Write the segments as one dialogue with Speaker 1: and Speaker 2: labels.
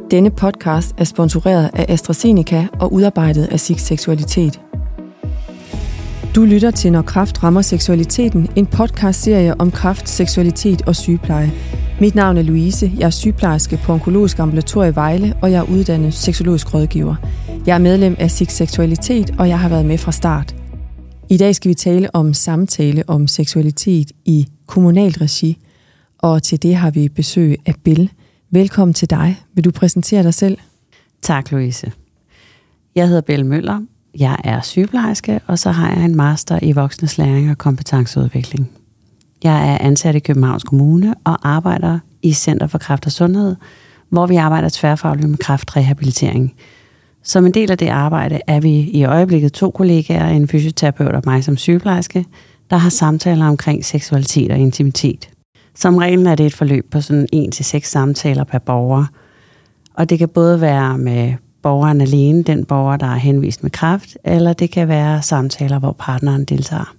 Speaker 1: Denne podcast er sponsoreret af AstraZeneca og udarbejdet af SIG Seksualitet. Du lytter til Når kræft rammer seksualiteten, en podcastserie om kræft, seksualitet og sygepleje. Mit navn er Louise, jeg er sygeplejerske på Onkologisk Ambulatorie Vejle, og jeg er uddannet seksologisk rådgiver. Jeg er medlem af SIG Seksualitet, og jeg har været med fra start. I dag skal vi tale om samtale om seksualitet i kommunalt regi, og til det har vi besøg af Bill. Velkommen til dig. Vil du præsentere dig selv?
Speaker 2: Tak, Louise. Jeg hedder Bill Møller. Jeg er sygeplejerske, og så har jeg en master i voksnes læring og kompetenceudvikling. Jeg er ansat i Københavns Kommune og arbejder i Center for Kræft og Sundhed, hvor vi arbejder tværfagligt med kræftrehabilitering. Som en del af det arbejde er vi i øjeblikket 2 kollegaer, en fysioterapeut og mig som sygeplejerske, der har samtaler omkring seksualitet og intimitet. Som regel er det et forløb på sådan 1-6 samtaler per borger, og det kan både være med borgeren alene, den borger, der er henvist med kræft, eller det kan være samtaler, hvor partneren deltager.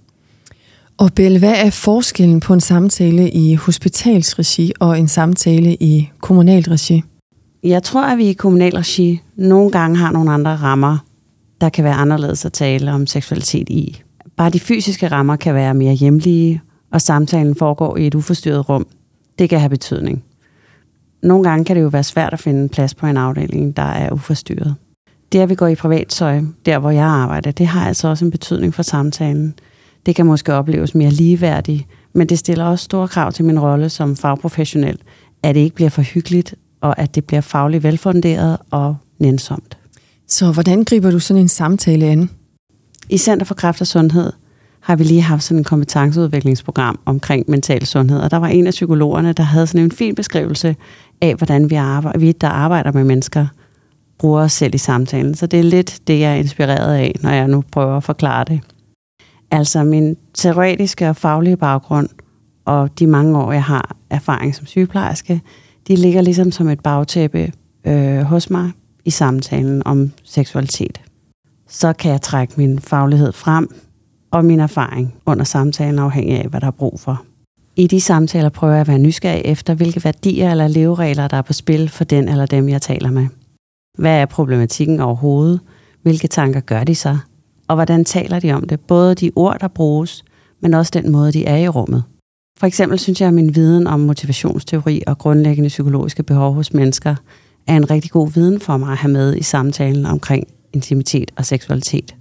Speaker 1: Og Bill, hvad er forskellen på en samtale i hospitalsregi og en samtale i kommunalt regi?
Speaker 2: Jeg tror, at vi i kommunalt regi nogle gange har nogle andre rammer, der kan være anderledes at tale om seksualitet i. Bare de fysiske rammer kan være mere hjemlige, og samtalen foregår i et uforstyrret rum. Det kan have betydning. Nogle gange kan det jo være svært at finde plads på en afdeling, der er uforstyrret. Det, at vi går i privattøj, der hvor jeg arbejder, det har altså også en betydning for samtalen. Det kan måske opleves mere ligeværdigt, men det stiller også store krav til min rolle som fagprofessionel, at det ikke bliver for hyggeligt, og at det bliver fagligt velfunderet og nænsomt.
Speaker 1: Så hvordan griber du sådan en samtale an?
Speaker 2: I Center for Kræft og Sundhed har vi lige haft sådan en kompetenceudviklingsprogram omkring mental sundhed, og der var en af psykologerne, der havde sådan en fin beskrivelse af, hvordan vi der arbejder med mennesker, bruger os selv i samtalen. Så det er lidt det, jeg er inspireret af, når jeg nu prøver at forklare det. Altså min teoretiske og faglige baggrund, og de mange år, jeg har erfaring som sygeplejerske, de ligger ligesom som et bagtæppe hos mig i samtalen om seksualitet. Så kan jeg trække min faglighed frem, og min erfaring under samtalen afhængig af, hvad der er brug for. I de samtaler prøver jeg at være nysgerrig efter, hvilke værdier eller leveregler, der er på spil for den eller dem, jeg taler med. Hvad er problematikken overhovedet? Hvilke tanker gør de sig? Og hvordan taler de om det? Både de ord, der bruges, men også den måde, de er i rummet. For eksempel synes jeg, at min viden om motivationsteori og grundlæggende psykologiske behov hos mennesker er en rigtig god viden for mig at have med i samtalen omkring intimitet og seksualitet.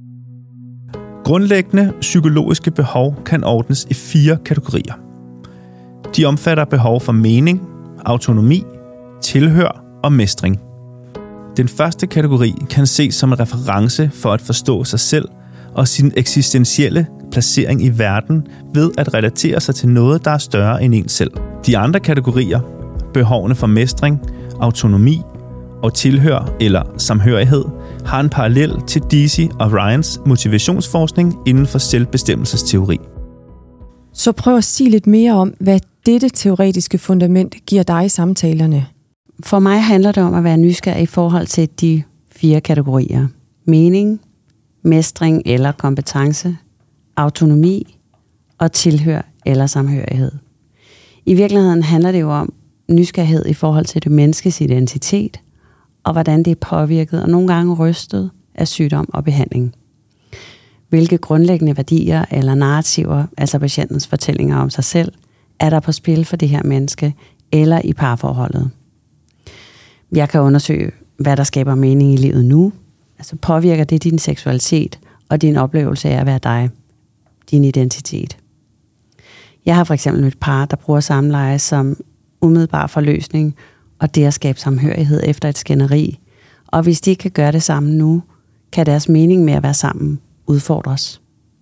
Speaker 3: Grundlæggende psykologiske behov kan ordnes i 4 kategorier. De omfatter behov for mening, autonomi, tilhør og mestring. Den første kategori kan ses som en reference for at forstå sig selv og sin eksistentielle placering i verden ved at relatere sig til noget, der er større end en selv. De andre kategorier, behovene for mestring, autonomi og tilhør eller samhørighed, har en parallel til Deci og Ryans motivationsforskning inden for selvbestemmelsesteori.
Speaker 1: Så prøv at sige lidt mere om, hvad dette teoretiske fundament giver dig i samtalerne.
Speaker 2: For mig handler det om at være nysgerrig i forhold til de 4 kategorier. Mening, mestring eller kompetence, autonomi og tilhør eller samhørighed. I virkeligheden handler det jo om nysgerrighed i forhold til det menneskes identitet, og hvordan det er påvirket og nogle gange rystet af sygdom og behandling. Hvilke grundlæggende værdier eller narrativer, altså patientens fortællinger om sig selv, er der på spil for det her menneske eller i parforholdet. Jeg kan undersøge, hvad der skaber mening i livet nu. Altså påvirker det din seksualitet og din oplevelse af at være dig, din identitet. Jeg har for eksempel et par, der bruger samleje som umiddelbar forløsning, og det at skabe samhørighed efter et skænderi. Og hvis de ikke kan gøre det sammen nu, kan deres mening med at være sammen udfordres.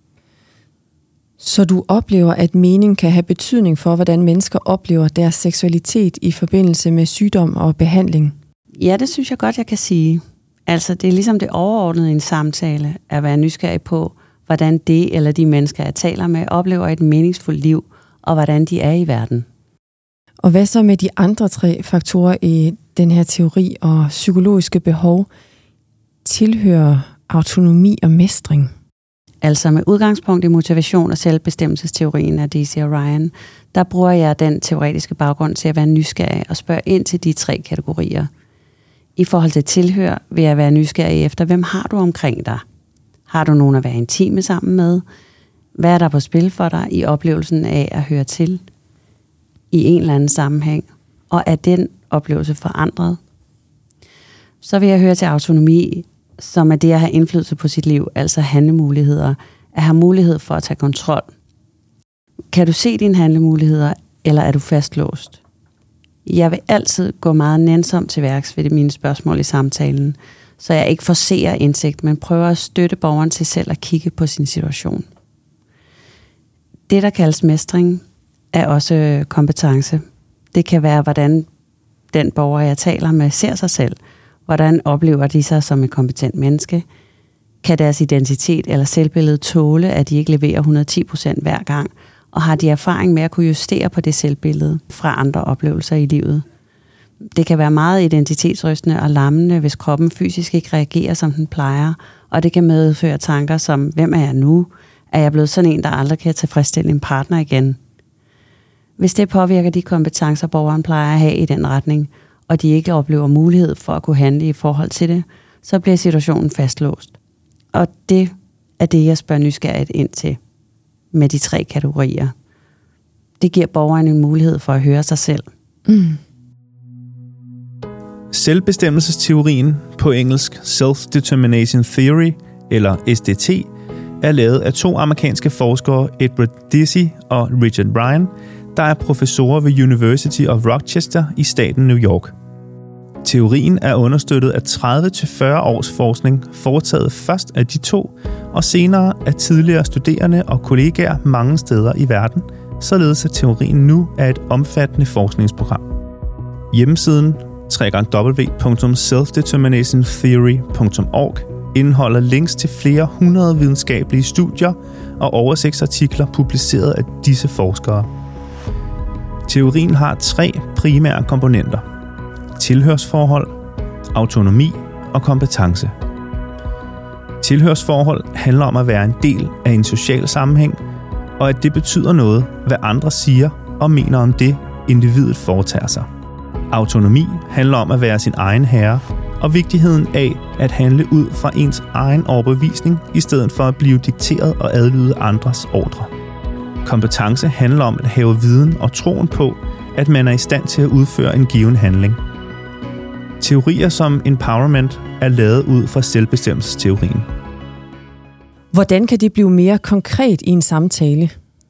Speaker 1: Så du oplever, at mening kan have betydning for, hvordan mennesker oplever deres seksualitet i forbindelse med sygdom og behandling?
Speaker 2: Ja, det synes jeg godt, jeg kan sige. Altså, det er ligesom det overordnede i en samtale, at være nysgerrig på, hvordan det eller de mennesker, jeg taler med, oplever et meningsfuldt liv, og hvordan de er i verden.
Speaker 1: Og hvad så med de andre 3 faktorer i den her teori og psykologiske behov? Tilhør, autonomi og mestring?
Speaker 2: Altså med udgangspunkt i motivation og selvbestemmelsesteorien af Deci og Ryan, der bruger jeg den teoretiske baggrund til at være nysgerrig og spørge ind til de 3 kategorier. I forhold til tilhør vil jeg være nysgerrig efter, hvem har du omkring dig? Har du nogen at være intime sammen med? Hvad er der på spil for dig i oplevelsen af at høre til i en eller anden sammenhæng? Og er den oplevelse forandret? Så vil jeg høre til autonomi, som er det at have indflydelse på sit liv, altså handlemuligheder, at have mulighed for at tage kontrol. Kan du se dine handlemuligheder, eller er du fastlåst? Jeg vil altid gå meget nænsomt til værks ved mine spørgsmål i samtalen, så jeg ikke forcerer indsigt, men prøver at støtte borgeren til selv at kigge på sin situation. Det, der kaldes mestring, er også kompetence. Det kan være, hvordan den borger, jeg taler med, ser sig selv. Hvordan oplever de sig som et kompetent menneske? Kan deres identitet eller selvbillede tåle, at de ikke leverer 110% hver gang? Og har de erfaring med at kunne justere på det selvbillede fra andre oplevelser i livet? Det kan være meget identitetsrystende og lammende, hvis kroppen fysisk ikke reagerer, som den plejer. Og det kan medføre tanker som, hvem er jeg nu? Er jeg blevet sådan en, der aldrig kan tilfredsstille en partner igen? Hvis det påvirker de kompetencer, borgeren plejer at have i den retning, og de ikke oplever mulighed for at kunne handle i forhold til det, så bliver situationen fastlåst. Og det er det, jeg spørger nysgerrigt ind til med de 3 kategorier. Det giver borgeren en mulighed for at høre sig selv.
Speaker 3: Selvbestemmelsesteorien, på engelsk Self-Determination Theory, eller SDT, er lavet af 2 amerikanske forskere, Edward Deci og Richard Ryan, der er professorer ved University of Rochester i staten New York. Teorien er understøttet af 30-40 års forskning, foretaget først af de 2, og senere af tidligere studerende og kollegaer mange steder i verden, således at teorien nu er et omfattende forskningsprogram. Hjemmesiden www.selfdeterminationtheory.org indeholder links til flere 100 videnskabelige studier og oversigtsartikler publiceret af disse forskere. Teorien har 3 primære komponenter: tilhørsforhold, autonomi og kompetence. Tilhørsforhold handler om at være en del af en social sammenhæng, og at det betyder noget, hvad andre siger og mener om det, individet foretager sig. Autonomi handler om at være sin egen herre, og vigtigheden af at handle ud fra ens egen overbevisning, i stedet for at blive dikteret og adlyde andres ordre. Kompetence handler om at have viden og troen på, at man er i stand til at udføre en given handling. Teorier som empowerment er lavet ud fra selvbestemmelsesteorien.
Speaker 1: Hvordan kan det blive mere konkret i en samtale?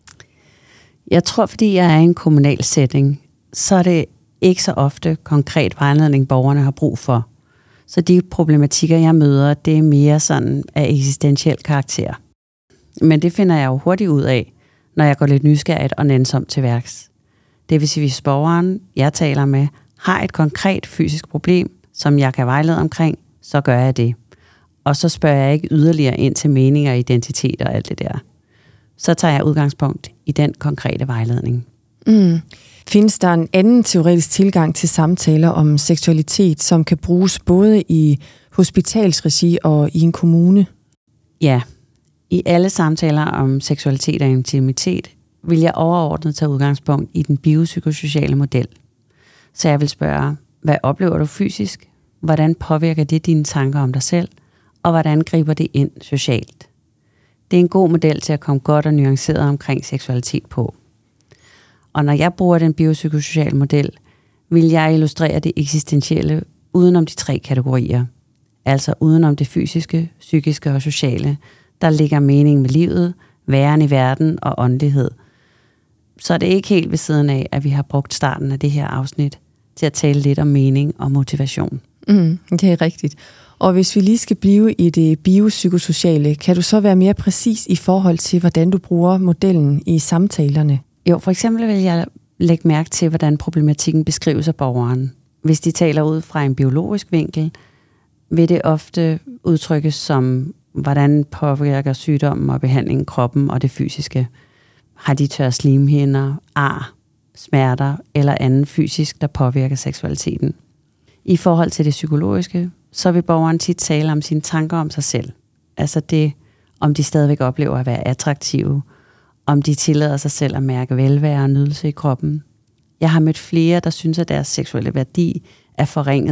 Speaker 2: Jeg tror, fordi jeg er i en kommunal setting, så er det ikke så ofte konkret vejledning, borgerne har brug for. Så de problematikker, jeg møder, det er mere sådan af eksistentiel karakter. Men det finder jeg jo hurtigt ud af, når jeg går lidt nysgerrigt og nænsomt til værks. Det vil sige, hvis borgeren, jeg taler med, har et konkret fysisk problem, som jeg kan vejlede omkring, så gør jeg det. Og så spørger jeg ikke yderligere ind til meninger, identitet og alt det der. Så tager jeg udgangspunkt i den konkrete vejledning.
Speaker 1: Findes der en anden teoretisk tilgang til samtaler om seksualitet, som kan bruges både i hospitalsregi og i en kommune?
Speaker 2: Ja, i alle samtaler om seksualitet og intimitet vil jeg overordnet tage udgangspunkt i den biopsykosociale model. Så jeg vil spørge, hvad oplever du fysisk? Hvordan påvirker det dine tanker om dig selv? Og hvordan griber det ind socialt? Det er en god model til at komme godt og nuanceret omkring seksualitet på. Og når jeg bruger den biopsykosociale model, vil jeg illustrere det eksistentielle udenom de 3 kategorier. Altså udenom det fysiske, psykiske og sociale, der ligger mening med livet, væren i verden og åndelighed. Så er det ikke helt ved siden af, at vi har brugt starten af det her afsnit til at tale lidt om mening og motivation.
Speaker 1: Det er rigtigt. Og hvis vi lige skal blive i det biopsykosociale, kan du så være mere præcis i forhold til, hvordan du bruger modellen i samtalerne?
Speaker 2: Jo, for eksempel vil jeg lægge mærke til, hvordan problematikken beskrives af borgeren. Hvis de taler ud fra en biologisk vinkel, vil det ofte udtrykkes som, hvordan påvirker sygdommen og behandlingen kroppen og det fysiske. Har de tørre slimhinder, ar, smerter eller anden fysisk, der påvirker seksualiteten. I forhold til det psykologiske, så vil borgeren tit tale om sine tanker om sig selv. Altså det, om de stadigvæk oplever at være attraktive, om de tillader sig selv at mærke velvære og nydelse i kroppen. Jeg har mødt flere, der synes, at deres seksuelle værdi er forringet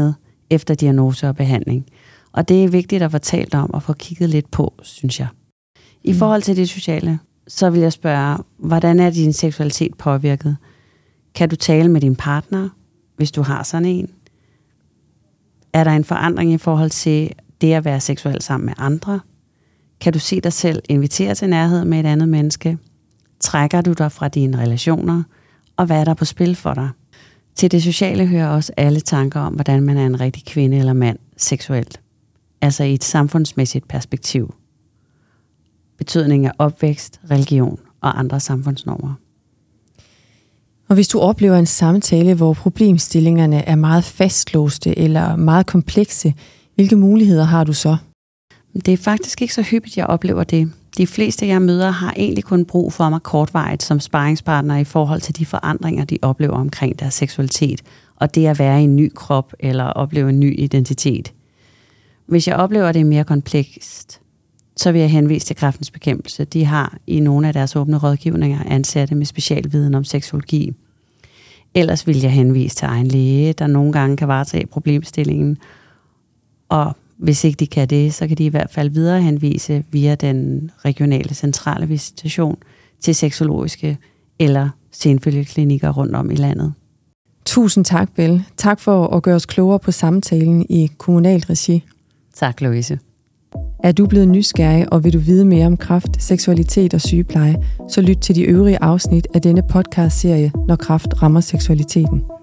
Speaker 2: efter diagnose og behandling. Og det er vigtigt at få talt om og få kigget lidt på, synes jeg. I forhold til det sociale, så vil jeg spørge, hvordan er din seksualitet påvirket? Kan du tale med din partner, hvis du har sådan en? Er der en forandring i forhold til det at være seksuel sammen med andre? Kan du se dig selv invitere til nærhed med et andet menneske? Trækker du dig fra dine relationer? Og hvad er der på spil for dig? Til det sociale hører også alle tanker om, hvordan man er en rigtig kvinde eller mand seksuelt. Altså i et samfundsmæssigt perspektiv. Betydning af opvækst, religion og andre samfundsnormer.
Speaker 1: Og hvis du oplever en samtale, hvor problemstillingerne er meget fastlåste eller meget komplekse, hvilke muligheder har du så?
Speaker 2: Det er faktisk ikke så hyppigt, jeg oplever det. De fleste, jeg møder, har egentlig kun brug for mig kortvarigt som sparringspartner i forhold til de forandringer, de oplever omkring deres seksualitet, og det at være i en ny krop eller opleve en ny identitet. Hvis jeg oplever det mere komplekst, så vil jeg henvise til Kræftens Bekæmpelse. De har i nogle af deres åbne rådgivninger ansatte med specialviden om seksologi. Ellers vil jeg henvise til egen læge, der nogle gange kan varetage problemstillingen. Og hvis ikke de kan det, så kan de i hvert fald videre henvise via den regionale centrale visitation til seksologiske eller senfølgeklinikker rundt om i landet.
Speaker 1: Tusind tak, Belle. Tak for at gøre os klogere på samtalen i kommunalt regi.
Speaker 2: Tak, Louise.
Speaker 1: Er du blevet nysgerrig, og vil du vide mere om kræft, seksualitet og sygepleje, så lyt til de øvrige afsnit af denne podcastserie, Når kræft rammer seksualiteten.